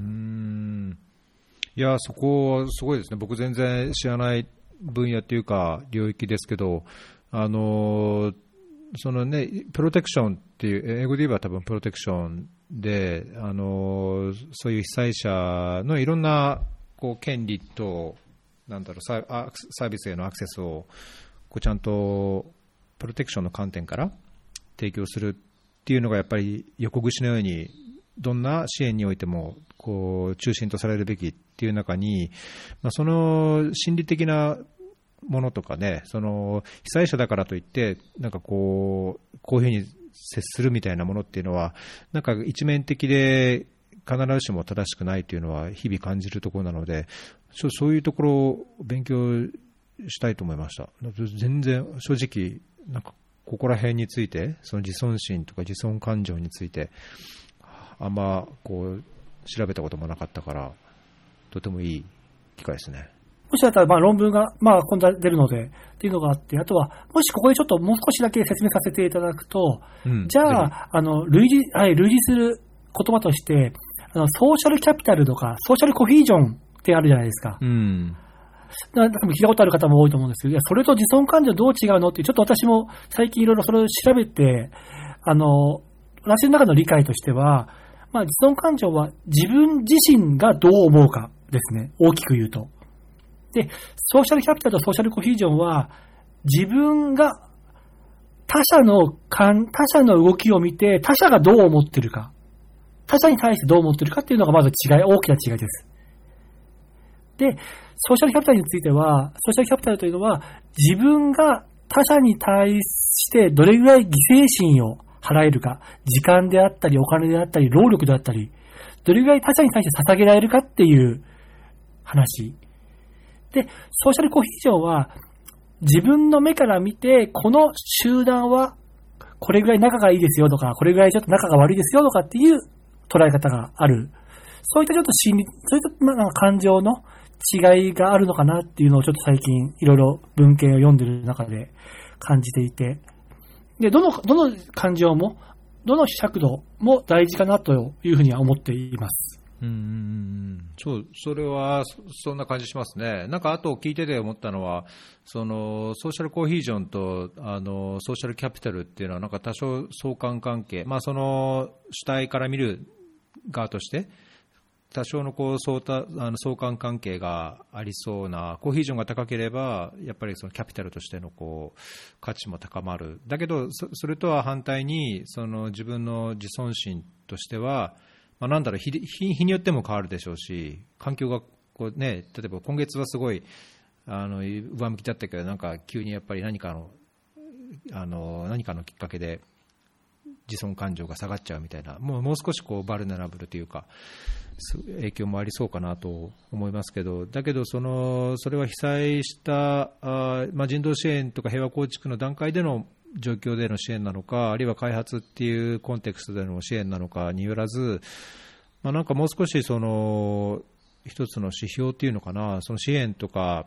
いや、そこすごいですね。僕全然知らない分野っていうか領域ですけど、そのね、プロテクションっていう、英語で言えば多分プロテクションで、そういう被災者のいろんな権利とサービスへのアクセスをちゃんとプロテクションの観点から提供するっていうのがやっぱり横串のようにどんな支援においても中心とされるべきっていう中に、その心理的なものとかね、その被災者だからといってなんかこういうふうに接するみたいなものっていうのはなんか一面的で必ずしも正しくないというのは日々感じるところなので、そういうところを勉強したいと思いました。全然正直なんかここら辺について、その自尊心とか自尊感情についてあんま調べたこともなかったから、とてもいい機会ですね。
もしだったら論文が今度出るのでっていうのがあって、あとはもしここでちょっともう少しだけ説明させていただくと、じゃあ類似する言葉としてソーシャルキャピタルとかソーシャルコヒージョンってあるじゃないですか。多分聞いたことある方も多いと思うんですけど、いやそれと自尊感情どう違うのってちょっと私も最近いろいろそれを調べて、私の中の理解としては、自尊感情は自分自身がどう思うかですね。大きく言うと。 で、ソーシャルキャピタルとソーシャルコヒージョンは、自分が他者の動きを見て、他者がどう思ってるか、他者に対してどう思ってるかっていうのがまず大きな違いです。で、ソーシャルキャピタルについては、ソーシャルキャピタルというのは、自分が他者に対してどれぐらい犠牲心を払えるか、時間であったり、お金であったり、労力であったり、どれぐらい他者に対して捧げられるかっていう話。で、ソーシャルコヒージョンは、自分の目から見て、この集団はこれぐらい仲がいいですよとか、これぐらいちょっと仲が悪いですよとかっていう捉え方がある。そういったちょっとそういった感情の違いがあるのかなっていうのをちょっと最近いろいろ文献を読んでる中で感じていて、で、どの感情も、どの尺度も大事かなというふうには思っています。
それはそんな感じしますね。なんかあと聞いてて思ったのは、そのソーシャルコーヒージョンとソーシャルキャピタルっていうのはなんか多少相関関係、まあその主体から見る側として多少のこう相関関係がありそうな。コーヒージョンが高ければやっぱりそのキャピタルとしてのこう価値も高まる。だけどそれとは反対にその自分の自尊心としては、まあ、なんだろう、日によっても変わるでしょうし、環境がこう、ね、例えば今月はすごい上向きだったけど、なんか急にやっぱり何かのきっかけで自尊感情が下がっちゃうみたいな、もう少しこうバルネラブルというか影響もありそうかなと思いますけど、だけどそれは被災した人道支援とか平和構築の段階での状況での支援なのか、あるいは開発っていうコンテクストでの支援なのかによらず、なんかもう少しその一つの指標っていうのかな、その支援とか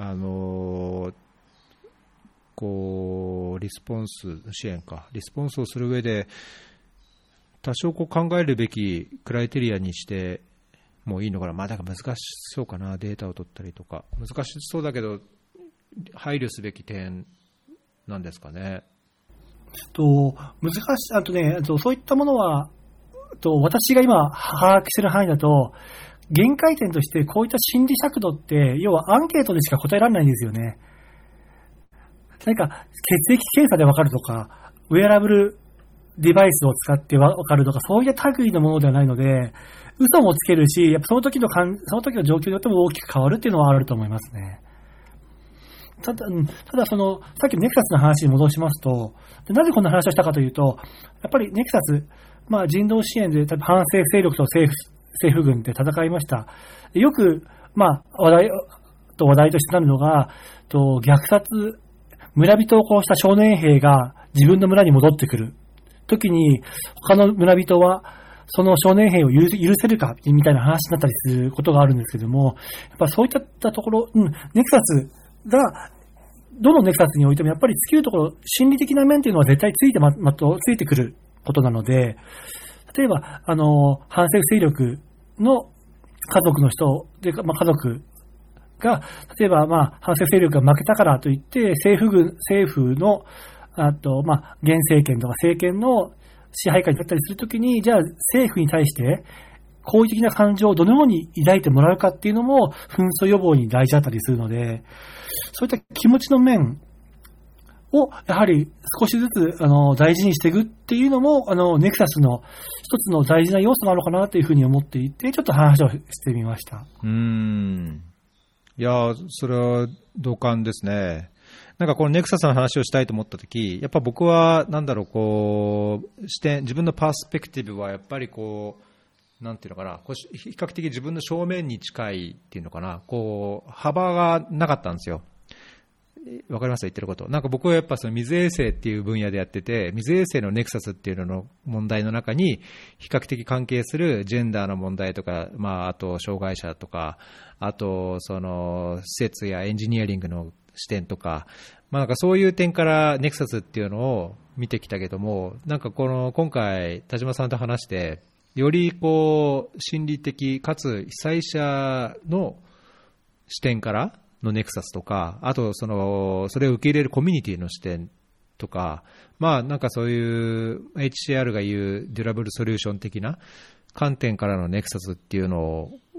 こうリスポンスをする上で多少こう考えるべきクライテリアにしてもいいのかな。だから難しそうかな、データを取ったりとか難しそうだけど配慮すべき点なんですかね。
難しい。そういったものは、私が今把握している範囲だと、限界点としてこういった心理尺度って、要はアンケートでしか答えられないんですよね。何か血液検査で分かるとか、ウェアラブルデバイスを使って分かるとか、そういった類のものではないので、嘘もつけるし、やっぱその時の状況によっても大きく変わるっていうのはあると思いますね。たださっきのネクサスの話に戻しますと、なぜこんな話をしたかというと、やっぱりネクサス、人道支援で反政府勢力と政府軍で戦いました。よく、話題としてなるのが、虐殺、村人を殺した少年兵が自分の村に戻ってくる時に、他の村人はその少年兵を許せるかみたいな話になったりすることがあるんですけども、やっぱそういったところ、ネクサスがどのネクサスにおいてもやっぱり尽きるところ、心理的な面というのは絶対ついてくることなので、例えば反政府勢力の家族の人で、家族が例えば反政府勢力が負けたからといって政府の現政権とか政権の支配下に立ったりするときに、じゃあ政府に対して好意的な感情をどのように抱いてもらうかっていうのも紛争予防に大事だったりするので、そういった気持ちの面をやはり少しずつ大事にしていくっていうのもネクサスの一つの大事な要素なのかなというふうに思っていて、ちょっと話をしてみました。
いや、それは同感ですね。なんかこのネクサスの話をしたいと思ったとき、やっぱ僕は視点、自分のパースペクティブはやっぱりなんていうのかな、比較的自分の正面に近いっていうのかな、幅がなかったんですよ。わかります言ってること。なんか僕はやっぱその水衛生っていう分野でやってて、水衛生のネクサスっていうのの問題の中に比較的関係するジェンダーの問題とか、あと障害者とか、あとその施設やエンジニアリングの視点とか、なんかそういう点からネクサスっていうのを見てきたけども、なんか今回田島さんと話してより心理的かつ被災者の視点からのネクサスとか、あとそれを受け入れるコミュニティの視点とか、なんかそういう HCR が言うデュラブルソリューション的な観点からのネクサスっていうの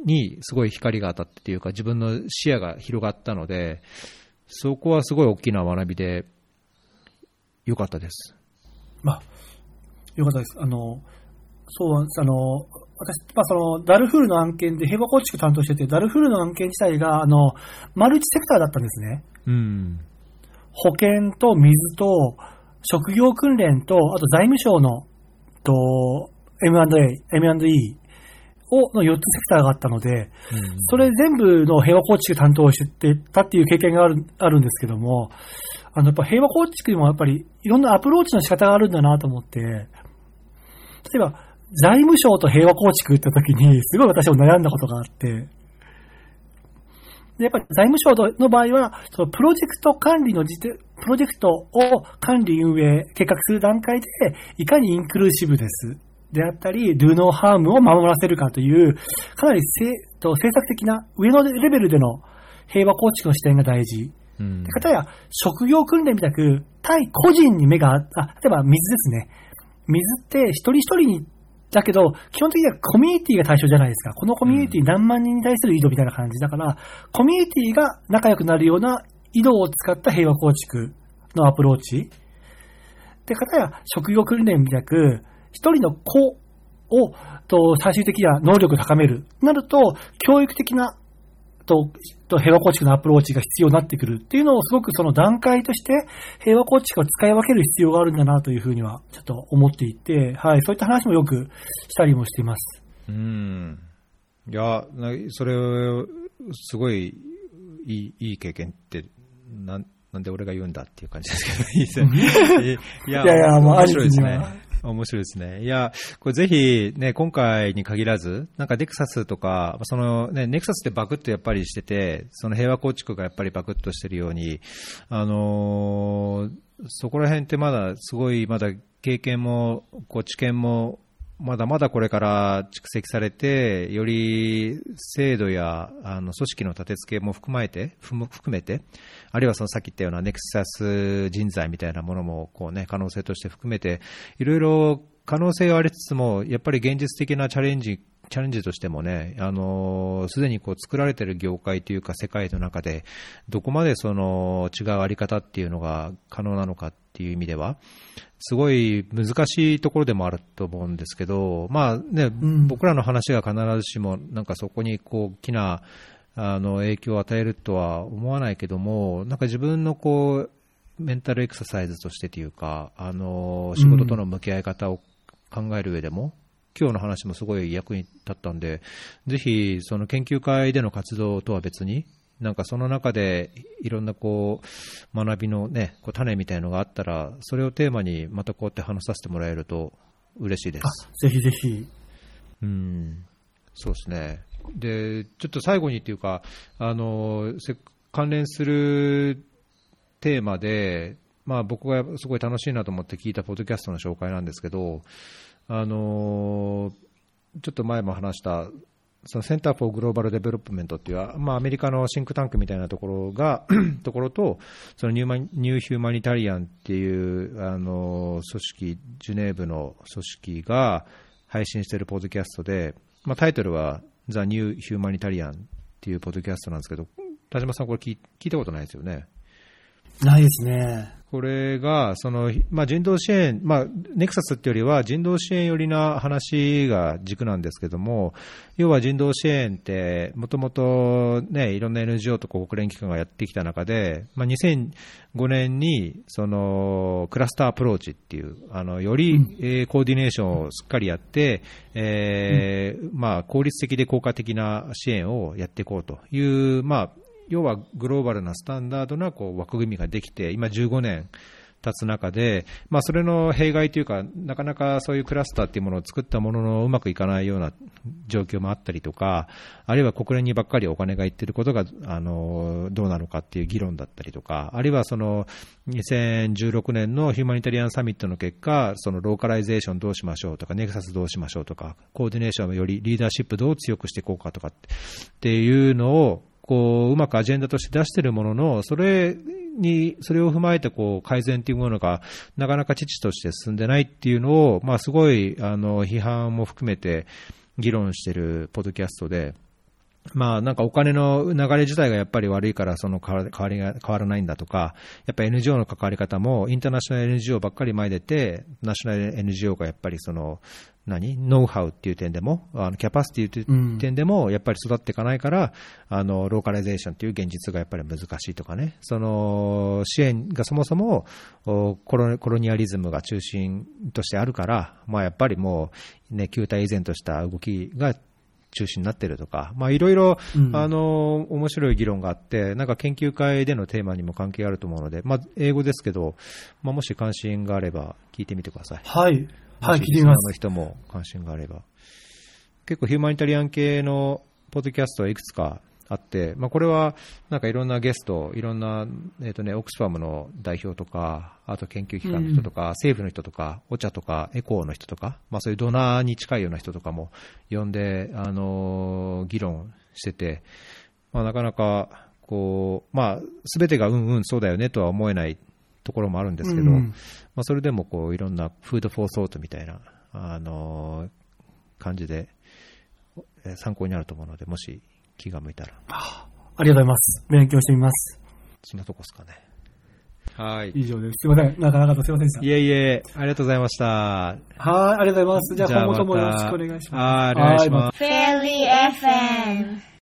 にすごい光が当たってというか、自分の視野が広がったので、そこはすごい大きな学びで良かったです。
よかったです。そうなんです。私、ダルフールの案件で平和構築担当してて、ダルフールの案件自体が、マルチセクターだったんですね。保険と水と、職業訓練と、あと財務省の、M&E の4つセクターがあったので、それ全部の平和構築担当してたっていう経験があるんですけども、やっぱ平和構築にもやっぱりいろんなアプローチの仕方があるんだなと思って、例えば財務省と平和構築って時にすごい私も悩んだことがあって、でやっぱり財務省の場合は、そのプロジェクトを管理運営、計画する段階で、いかにインクルーシブですであったり、do no harm を守らせるかという、かなり政策的な上のレベルでの平和構築の視点が大事。かたや、職業訓練みたく、対個人に例えば水ですね。水って一人一人に、だけど、基本的にはコミュニティが対象じゃないですか。このコミュニティ何万人に対する井戸みたいな感じだから、コミュニティが仲良くなるような井戸を使った平和構築のアプローチ。で、かたや職業訓練みたく、一人の子を最終的には能力を高める。なると、教育的な平和構築のアプローチが必要になってくるっていうのをすごくその段階として平和構築を使い分ける必要があるんだなというふうにはちょっと思っていて、はい、そういった話もよくしたりもしています。
いや、それすごいいい経験ってなんで俺が言うんだっていう感じですけど、いいですね。いや、もう面白いですね。面白いですね。いや、これぜひね、今回に限らず、なんかネクサスとか、そのね、ネクサスってバクッとやっぱりしてて、その平和構築がやっぱりバクッとしてるように、そこら辺ってまだ経験も、知見も、まだまだこれから蓄積されて、より制度や組織の立て付けも含めて、あるいはそのさっき言ったようなネクサス人材みたいなものも可能性として含めて、いろいろ可能性がありつつも、やっぱり現実的なチャレンジとしてもね、すでに作られている業界というか世界の中で、どこまでその違うあり方っていうのが可能なのかっていう意味では、すごい難しいところでもあると思うんですけど、僕らの話が必ずしもなんかそこに大きな影響を与えるとは思わないけども、なんか自分のメンタルエクササイズとしてというか、仕事との向き合い方を考える上でも、今日の話もすごい役に立ったんで、ぜひその研究会での活動とは別に、なんかその中でいろんな学びのね、種みたいのがあったら、それをテーマにまたこうやって話させてもらえると嬉しいです。
ぜひぜひ。
そうですね。で、ちょっと最後にっていうか、関連するテーマで、僕がすごい楽しいなと思って聞いたポッドキャストの紹介なんですけど、ちょっと前も話したそのセンターフォーグローバルデベロップメントっていう、アメリカのシンクタンクみたいなところと、そのニューヒューマニタリアンっていう組織、ジュネーブの組織が配信しているポッドキャストで、タイトルはザ・ニューヒューマニタリアンっていうポッドキャストなんですけど、田島さんこれ聞いたことないですよね。
ないですね。
これが人道支援、ネクサスっていうよりは人道支援寄りな話が軸なんですけども、要は人道支援ってもともといろんな NGO と国連機関がやってきた中で、2005年にそのクラスターアプローチっていうより、コーディネーションをしっかりやって、効率的で効果的な支援をやっていこうという、要はグローバルなスタンダードな枠組みができて、今15年経つ中で、それの弊害というか、なかなかそういうクラスターっていうものを作ったもののうまくいかないような状況もあったりとか、あるいは国連にばっかりお金がいっていることがどうなのかっていう議論だったりとか、あるいはその2016年のヒューマニタリアンサミットの結果、そのローカライゼーションどうしましょうとか、ネクサスどうしましょうとか、コーディネーションをよりリーダーシップどう強くしていこうかとかっていうのをうまくアジェンダとして出しているものの、それを踏まえて改善というものがなかなか遅々として進んでないっていうのを、すごい批判も含めて議論しているポッドキャストで、 まあなんかお金の流れ自体がやっぱり悪いからその変わらないんだとか、やっぱり NGO の関わり方もインターナショナル NGO ばっかり前出て、ナショナル NGO がやっぱりそのノウハウっていう点でも、キャパシティという点でもやっぱり育っていかないから、ローカライゼーションっていう現実がやっぱり難しいとかね、その支援がそもそもコロニアリズムが中心としてあるから、まあやっぱりもうね、旧態依然とした動きが中心になっているとか、まあいろいろ、面白い議論があって、なんか研究会でのテーマにも関係あると思うので、まあ英語ですけど、まあもし関心があれば聞いてみてください。
はい。はい、聞いてみます。
の人も関心があれば。結構ヒューマニタリアン系のポッドキャストはいくつかあって、まあこれはなんかいろんなゲスト、いろんな、オックスファムの代表とか、あと研究機関の人とか、政府の人とか、オチャとか、エコーの人とか、まあそういうドナーに近いような人とかも呼んで、議論してて、まあなかなか、こう、まあすべてがそうだよねとは思えないところもあるんですけど、まあそれでもこういろんなフードフォーソートみたいな、感じで参考になると思うので、もし気が向いたら。
ありがとうございます。勉強してみます。
そんなとこですかね。はい。
以上です。すいません。なかなかとすいませんでした。
いえいえ、ありがとうございました。
はい、ありがとうございます。じゃあ今後ともよろしくお願いします。
はい、お願いします。
Fairly FM